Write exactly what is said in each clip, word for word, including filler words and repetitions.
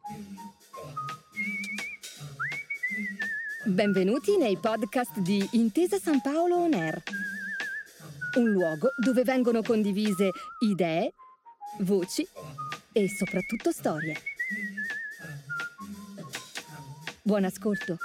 Benvenuti nei podcast di Intesa San Paolo On Air, un luogo dove vengono condivise idee, voci e soprattutto storie. Buon ascolto.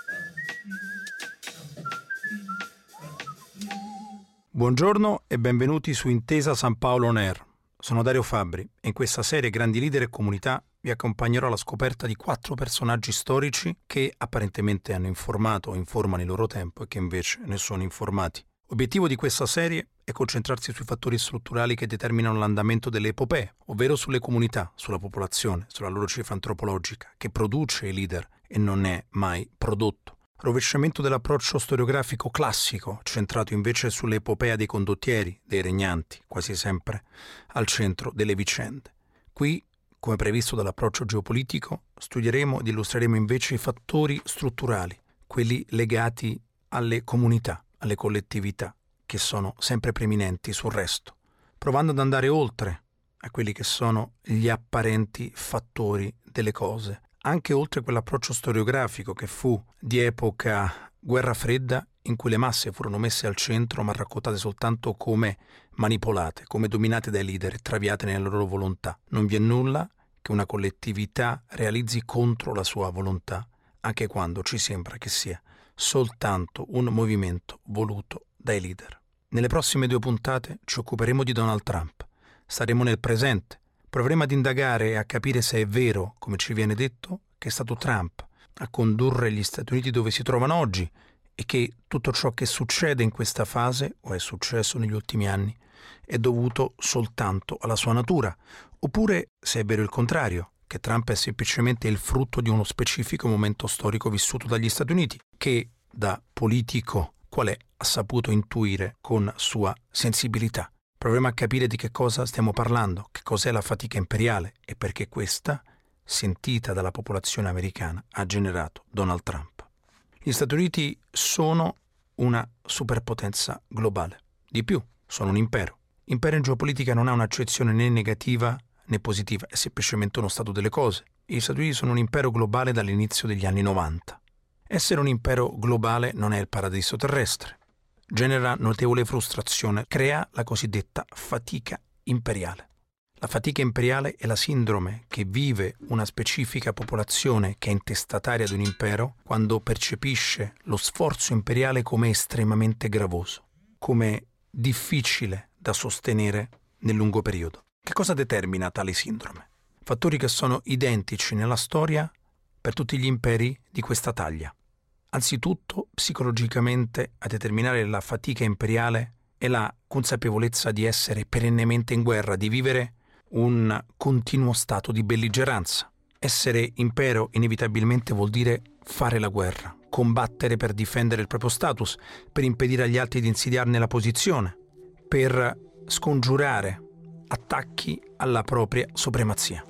Buongiorno e benvenuti su Intesa San Paolo On Air. Sono Dario Fabbri e in questa serie Grandi Leader e Comunità vi accompagnerò alla scoperta di quattro personaggi storici che apparentemente hanno informato o informano il loro tempo e che invece ne sono informati. L'obiettivo di questa serie è concentrarsi sui fattori strutturali che determinano l'andamento delle epopee, ovvero sulle comunità, sulla popolazione, sulla loro cifra antropologica, che produce i leader e non è mai prodotto. Rovesciamento dell'approccio storiografico classico, centrato invece sull'epopea dei condottieri, dei regnanti, quasi sempre al centro delle vicende. Qui, come previsto dall'approccio geopolitico, studieremo ed illustreremo invece i fattori strutturali, quelli legati alle comunità, alle collettività, che sono sempre preminenti sul resto, provando ad andare oltre a quelli che sono gli apparenti fattori delle cose, anche oltre quell'approccio storiografico che fu di epoca guerra fredda, in cui le masse furono messe al centro ma raccontate soltanto come manipolate, come dominate dai leader e traviate nella loro volontà. Non vi è nulla che una collettività realizzi contro la sua volontà, anche quando ci sembra che sia soltanto un movimento voluto dai leader. Nelle prossime due puntate ci occuperemo di Donald Trump. Staremo nel presente. Proveremo ad indagare e a capire se è vero, come ci viene detto, che è stato Trump a condurre gli Stati Uniti dove si trovano oggi e che tutto ciò che succede in questa fase, o è successo negli ultimi anni, è dovuto soltanto alla sua natura, oppure se è vero il contrario, che Trump è semplicemente il frutto di uno specifico momento storico vissuto dagli Stati Uniti, che da politico qual è ha saputo intuire con sua sensibilità. Proveremo a capire di che cosa stiamo parlando, che cos'è la fatica imperiale e perché questa, sentita dalla popolazione americana, ha generato Donald Trump. Gli Stati Uniti sono una superpotenza globale. Di più, sono un impero. Impero in geopolitica non ha un'accezione né negativa né positiva, è semplicemente uno stato delle cose. Gli Stati Uniti sono un impero globale dall'inizio degli anni novanta. Essere un impero globale non è il paradiso terrestre. Genera notevole frustrazione, crea la cosiddetta fatica imperiale. La fatica imperiale è la sindrome che vive una specifica popolazione che è intestataria di un impero quando percepisce lo sforzo imperiale come estremamente gravoso, come difficile da sostenere nel lungo periodo. Che cosa determina tale sindrome? Fattori che sono identici nella storia per tutti gli imperi di questa taglia. Anzitutto, psicologicamente, a determinare la fatica imperiale è la consapevolezza di essere perennemente in guerra, di vivere un continuo stato di belligeranza. Essere impero inevitabilmente vuol dire fare la guerra, combattere per difendere il proprio status, per impedire agli altri di insidiarne la posizione, per scongiurare attacchi alla propria supremazia.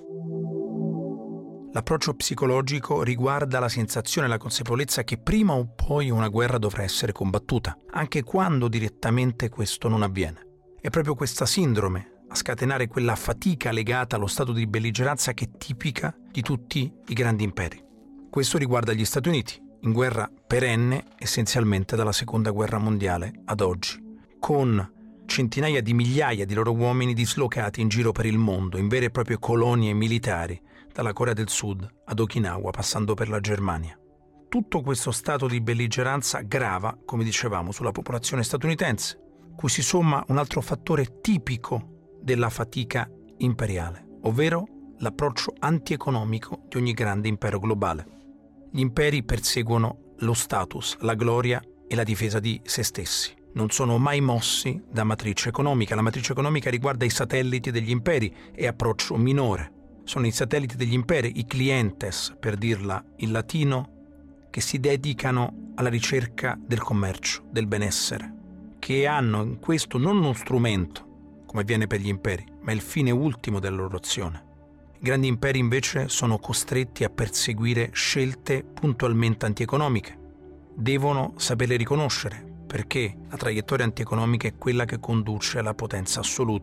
L'approccio psicologico riguarda la sensazione e la consapevolezza che prima o poi una guerra dovrà essere combattuta, anche quando direttamente questo non avviene. È proprio questa sindrome a scatenare quella fatica legata allo stato di belligeranza che è tipica di tutti i grandi imperi. Questo riguarda gli Stati Uniti, in guerra perenne essenzialmente dalla Seconda Guerra Mondiale ad oggi, con centinaia di migliaia di loro uomini dislocati in giro per il mondo, in vere e proprie colonie militari, dalla Corea del Sud ad Okinawa, passando per la Germania. Tutto questo stato di belligeranza grava, come dicevamo, sulla popolazione statunitense, cui si somma un altro fattore tipico della fatica imperiale, ovvero l'approccio antieconomico di ogni grande impero globale. Gli imperi perseguono lo status, la gloria e la difesa di se stessi. Non sono mai mossi da matrice economica. La matrice economica riguarda i satelliti degli imperi e approccio minore. Sono i satelliti degli imperi, i clientes, per dirla in latino, che si dedicano alla ricerca del commercio, del benessere, che hanno in questo non uno strumento, come avviene per gli imperi, ma il fine ultimo della loro azione. I grandi imperi invece sono costretti a perseguire scelte puntualmente antieconomiche. Devono saperle riconoscere, perché la traiettoria antieconomica è quella che conduce alla potenza assoluta.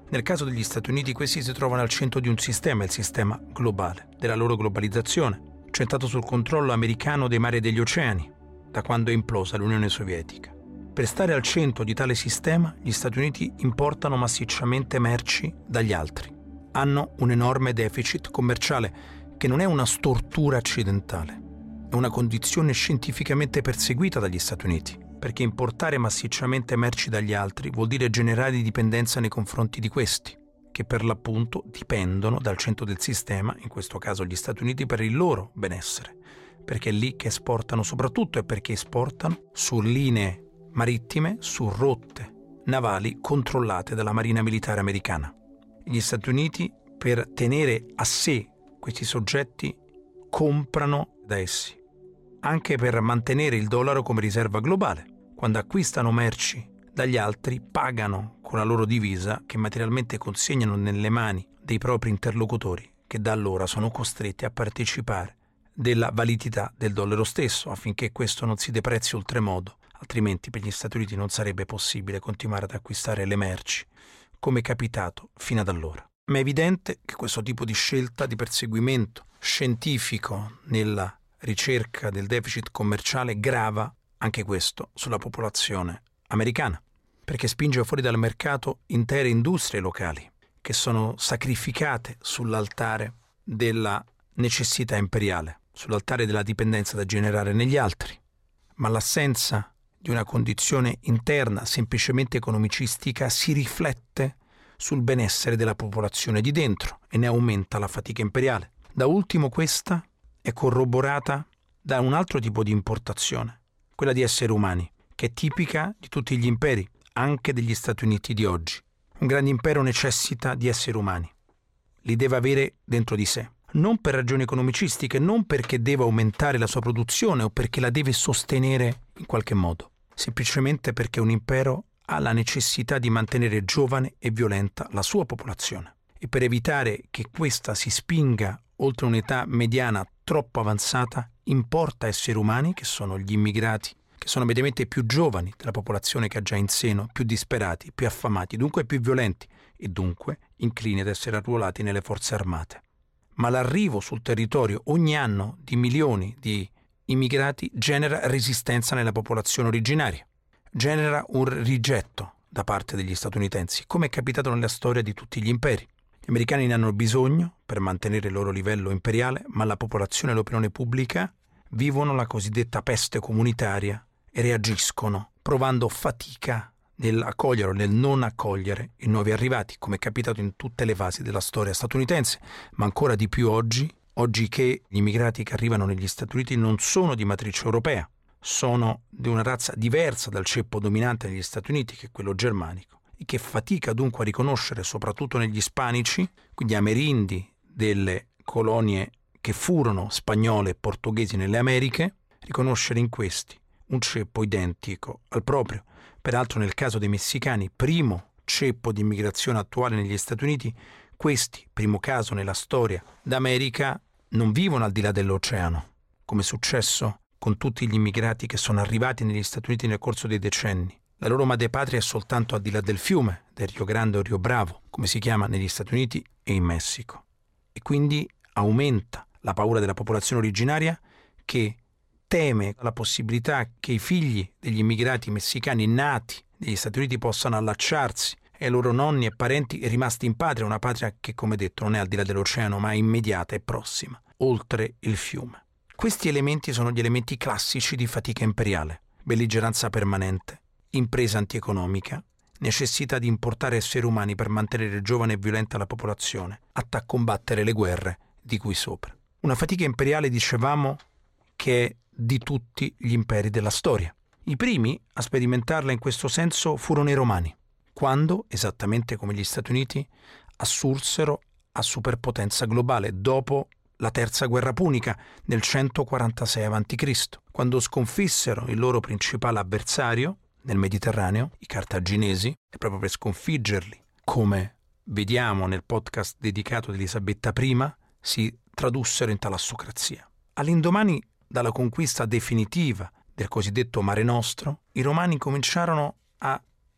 Nel caso degli Stati Uniti questi si trovano al centro di un sistema, il sistema globale, della loro globalizzazione, centrato sul controllo americano dei mari e degli oceani, da quando è implosa l'Unione Sovietica. Per stare al centro di tale sistema, gli Stati Uniti importano massicciamente merci dagli altri. Hanno un enorme deficit commerciale che non è una stortura accidentale, è una condizione scientificamente perseguita dagli Stati Uniti, perché importare massicciamente merci dagli altri vuol dire generare dipendenza nei confronti di questi, che per l'appunto dipendono dal centro del sistema, in questo caso gli Stati Uniti, per il loro benessere, perché è lì che esportano soprattutto e perché esportano su linee marittime, su rotte navali controllate dalla Marina Militare americana. Gli Stati Uniti, per tenere a sé questi soggetti, comprano da essi, anche per mantenere il dollaro come riserva globale. Quando acquistano merci dagli altri, pagano con la loro divisa che materialmente consegnano nelle mani dei propri interlocutori, che da allora sono costretti a partecipare della validità del dollaro stesso, affinché questo non si deprezzi oltremodo, altrimenti per gli Stati Uniti non sarebbe possibile continuare ad acquistare le merci, come è capitato fino ad allora. Ma è evidente che questo tipo di scelta di perseguimento scientifico nella ricerca del deficit commerciale grava anche questo sulla popolazione americana, perché spinge fuori dal mercato intere industrie locali che sono sacrificate sull'altare della necessità imperiale, sull'altare della dipendenza da generare negli altri. Ma l'assenza di una condizione interna semplicemente economicistica si riflette sul benessere della popolazione di dentro e ne aumenta la fatica imperiale. Da ultimo questa è corroborata da un altro tipo di importazione, quella di esseri umani, che è tipica di tutti gli imperi, anche degli Stati Uniti di oggi. Un grande impero necessita di esseri umani, li deve avere dentro di sé, non per ragioni economicistiche, non perché deve aumentare la sua produzione o perché la deve sostenere in qualche modo, semplicemente perché un impero ha la necessità di mantenere giovane e violenta la sua popolazione, e per evitare che questa si spinga oltre un'età mediana troppo avanzata, importa esseri umani, che sono gli immigrati, che sono mediamente più giovani della popolazione che ha già in seno, più disperati, più affamati, dunque più violenti e dunque inclini ad essere arruolati nelle forze armate. Ma l'arrivo sul territorio ogni anno di milioni di immigrati genera resistenza nella popolazione originaria, genera un rigetto da parte degli statunitensi, come è capitato nella storia di tutti gli imperi. Gli americani ne hanno bisogno per mantenere il loro livello imperiale, ma la popolazione e l'opinione pubblica vivono la cosiddetta peste comunitaria e reagiscono, provando fatica nell'accogliere o nel non accogliere i nuovi arrivati, come è capitato in tutte le fasi della storia statunitense, ma ancora di più oggi, oggi che gli immigrati che arrivano negli Stati Uniti non sono di matrice europea, sono di una razza diversa dal ceppo dominante negli Stati Uniti, che è quello germanico, e che fatica dunque a riconoscere, soprattutto negli ispanici, quindi amerindi delle colonie che furono spagnole e portoghesi nelle Americhe, riconoscere in questi un ceppo identico al proprio. Peraltro nel caso dei messicani, primo ceppo di immigrazione attuale negli Stati Uniti, questi, primo caso nella storia d'America, non vivono al di là dell'oceano, come è successo con tutti gli immigrati che sono arrivati negli Stati Uniti nel corso dei decenni. La loro madrepatria è soltanto al di là del fiume, del Rio Grande o Rio Bravo, come si chiama negli Stati Uniti e in Messico. E quindi aumenta la paura della popolazione originaria, che teme la possibilità che i figli degli immigrati messicani nati negli Stati Uniti possano allacciarsi ai loro nonni e parenti rimasti in patria, una patria che, come detto, non è al di là dell'oceano, ma è immediata e prossima, oltre il fiume. Questi elementi sono gli elementi classici di fatica imperiale: belligeranza permanente, impresa antieconomica, necessità di importare esseri umani per mantenere giovane e violenta la popolazione, atta a combattere le guerre di cui sopra. Una fatica imperiale, dicevamo, che è di tutti gli imperi della storia. I primi a sperimentarla in questo senso furono i romani, quando, esattamente come gli Stati Uniti, assursero a superpotenza globale dopo la terza guerra punica nel centoquarantasei avanti Cristo, quando sconfissero il loro principale avversario nel Mediterraneo, i cartaginesi, e proprio per sconfiggerli, come vediamo nel podcast dedicato ad Elisabetta I, si tradussero in talassocrazia. All'indomani dalla conquista definitiva del cosiddetto Mare Nostro, i romani cominciarono a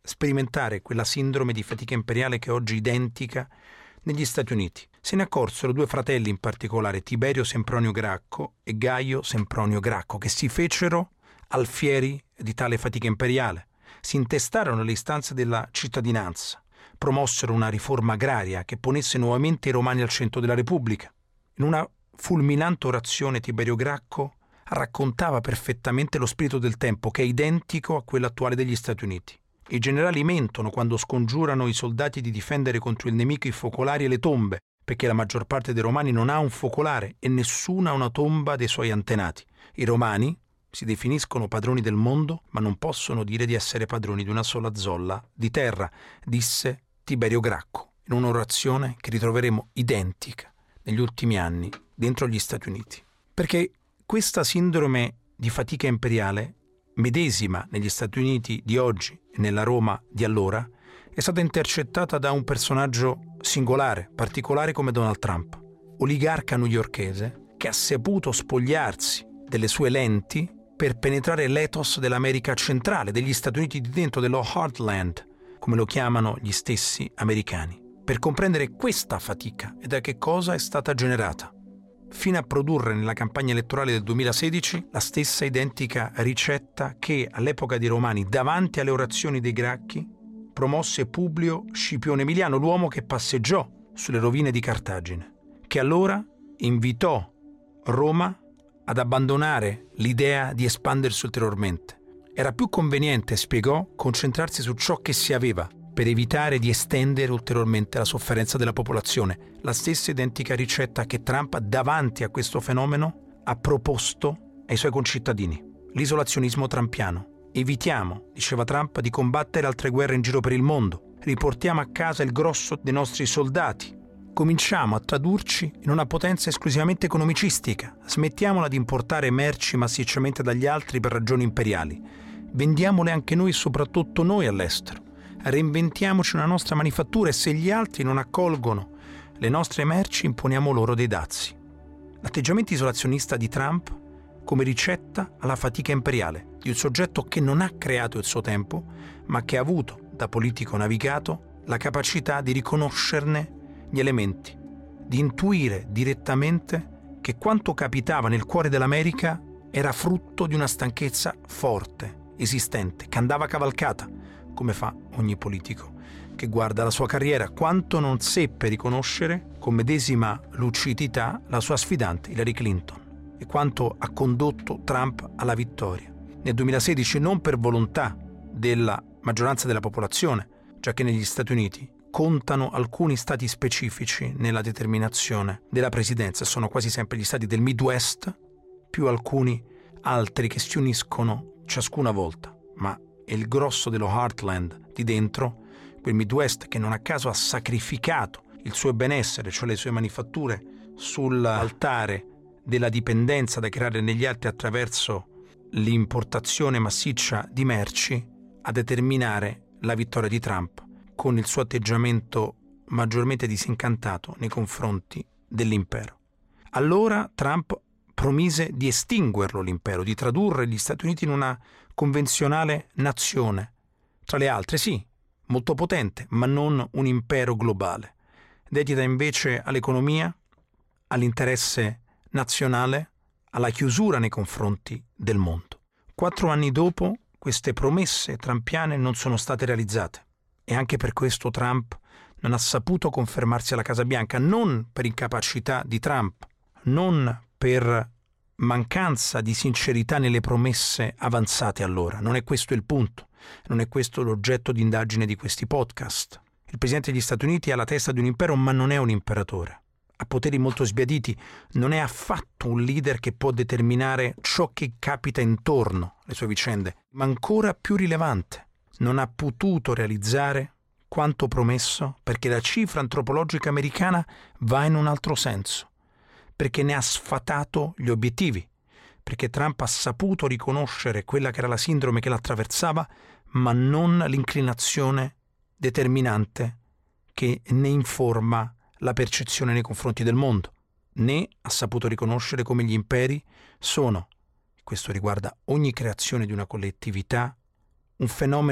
sperimentare quella sindrome di fatica imperiale che è oggi identica negli Stati Uniti. Se ne accorsero due fratelli in particolare, Tiberio Sempronio Gracco e Gaio Sempronio Gracco, che si fecero alfieri di tale fatica imperiale. Si intestarono alle istanze della cittadinanza, promossero una riforma agraria che ponesse nuovamente i romani al centro della Repubblica. In una fulminante orazione Tiberio Gracco raccontava perfettamente lo spirito del tempo, che è identico a quello attuale degli Stati Uniti. I generali mentono quando scongiurano i soldati di difendere contro il nemico i focolari e le tombe, perché la maggior parte dei romani non ha un focolare e nessuna una tomba dei suoi antenati. I romani si definiscono padroni del mondo, ma non possono dire di essere padroni di una sola zolla di terra, disse Tiberio Gracco, in un'orazione che ritroveremo identica negli ultimi anni dentro gli Stati Uniti. Perché questa sindrome di fatica imperiale, medesima negli Stati Uniti di oggi e nella Roma di allora, è stata intercettata da un personaggio singolare, particolare come Donald Trump, oligarca newyorkese che ha saputo spogliarsi delle sue lenti per penetrare l'ethos dell'America centrale, degli Stati Uniti di dentro, dello Heartland, come lo chiamano gli stessi americani, per comprendere questa fatica e da che cosa è stata generata, fino a produrre nella campagna elettorale del duemilasedici la stessa identica ricetta che all'epoca dei Romani, davanti alle orazioni dei Gracchi, promosse Publio Scipione Emiliano, l'uomo che passeggiò sulle rovine di Cartagine, che allora invitò Roma ad abbandonare l'idea di espandersi ulteriormente. Era più conveniente, spiegò, concentrarsi su ciò che si aveva per evitare di estendere ulteriormente la sofferenza della popolazione. La stessa identica ricetta che Trump, davanti a questo fenomeno, ha proposto ai suoi concittadini. L'isolazionismo trampiano. Evitiamo, diceva Trump, di combattere altre guerre in giro per il mondo. Riportiamo a casa il grosso dei nostri soldati. Cominciamo a tradurci in una potenza esclusivamente economicistica. Smettiamola di importare merci massicciamente dagli altri per ragioni imperiali. Vendiamole anche noi e soprattutto noi all'estero. Reinventiamoci una nostra manifattura e se gli altri non accolgono le nostre merci imponiamo loro dei dazi. L'atteggiamento isolazionista di Trump come ricetta alla fatica imperiale di un soggetto che non ha creato il suo tempo, ma che ha avuto, da politico navigato, la capacità di riconoscerne gli elementi, di intuire direttamente che quanto capitava nel cuore dell'America era frutto di una stanchezza forte, esistente, che andava cavalcata, come fa ogni politico che guarda la sua carriera, quanto non seppe riconoscere con medesima lucidità la sua sfidante Hillary Clinton e quanto ha condotto Trump alla vittoria. Nel duemilasedici non per volontà della maggioranza della popolazione, già che negli Stati Uniti contano alcuni stati specifici nella determinazione della presidenza, sono quasi sempre gli stati del Midwest, più alcuni altri che si uniscono ciascuna volta, ma è il grosso dello Heartland di dentro, quel Midwest che non a caso ha sacrificato il suo benessere, cioè le sue manifatture, sull'altare della dipendenza da creare negli altri attraverso l'importazione massiccia di merci, a determinare la vittoria di Trump con il suo atteggiamento maggiormente disincantato nei confronti dell'impero. Allora Trump promise di estinguerlo l'impero, di tradurre gli Stati Uniti in una convenzionale nazione, tra le altre sì, molto potente, ma non un impero globale, dedita invece all'economia, all'interesse nazionale, alla chiusura nei confronti del mondo. Quattro anni dopo, queste promesse trampiane non sono state realizzate e anche per questo Trump non ha saputo confermarsi alla Casa Bianca, non per incapacità di Trump, non per mancanza di sincerità nelle promesse avanzate allora. Non è questo il punto, non è questo l'oggetto di indagine di questi podcast. Il Presidente degli Stati Uniti è alla testa di un impero, ma non è un imperatore. Ha poteri molto sbiaditi, non è affatto un leader che può determinare ciò che capita intorno alle sue vicende, ma ancora più rilevante, non ha potuto realizzare quanto promesso perché la cifra antropologica americana va in un altro senso, perché ne ha sfatato gli obiettivi, perché Trump ha saputo riconoscere quella che era la sindrome che l'attraversava, ma non l'inclinazione determinante che ne informa la percezione nei confronti del mondo, né ha saputo riconoscere come gli imperi sono, questo riguarda ogni creazione di una collettività, un fenomeno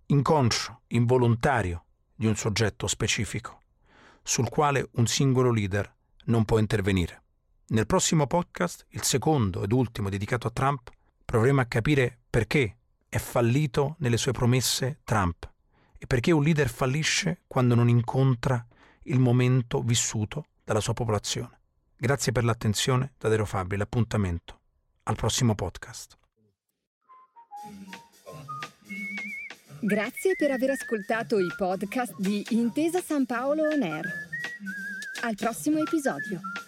inconscio, involontario di un soggetto specifico, sul quale un singolo leader non può intervenire. Nel prossimo podcast, il secondo ed ultimo dedicato a Trump, proveremo a capire perché è fallito nelle sue promesse Trump e perché un leader fallisce quando non incontra il momento vissuto dalla sua popolazione. Grazie per l'attenzione da Dario Fabbri, l'appuntamento al prossimo podcast. Grazie per aver ascoltato i podcast di Intesa San Paolo On Air. Al prossimo episodio.